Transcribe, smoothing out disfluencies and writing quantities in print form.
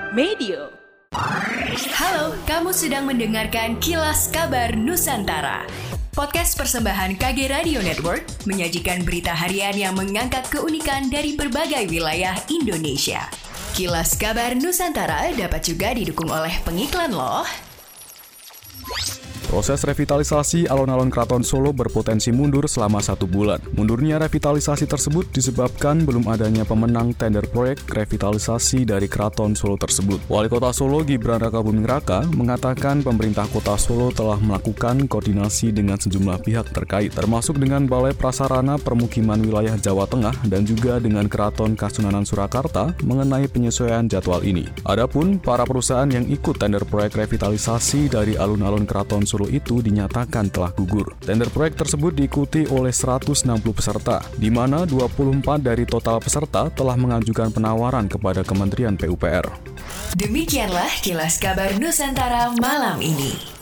Medio. Halo, kamu sedang mendengarkan Kilas Kabar Nusantara. Podcast persembahan KG Radio Network menyajikan berita harian yang mengangkat keunikan dari berbagai wilayah Indonesia. Kilas Kabar Nusantara dapat juga didukung oleh pengiklan loh. Proses revitalisasi alun-alun Keraton Solo berpotensi mundur selama 1 bulan. Mundurnya revitalisasi tersebut disebabkan belum adanya pemenang tender proyek revitalisasi dari Keraton Solo tersebut. Wali Kota Solo Gibran Rakabuming Raka mengatakan pemerintah Kota Solo telah melakukan koordinasi dengan sejumlah pihak terkait, termasuk dengan Balai Prasarana Permukiman Wilayah Jawa Tengah dan juga dengan Keraton Kasunanan Surakarta mengenai penyesuaian jadwal ini. Adapun para perusahaan yang ikut tender proyek revitalisasi dari alun-alun Keraton Solo itu dinyatakan telah gugur. Tender proyek tersebut diikuti oleh 160 peserta, di mana 24 dari total peserta telah mengajukan penawaran kepada Kementerian PUPR. Demikianlah Kilas Kabar Nusantara malam ini.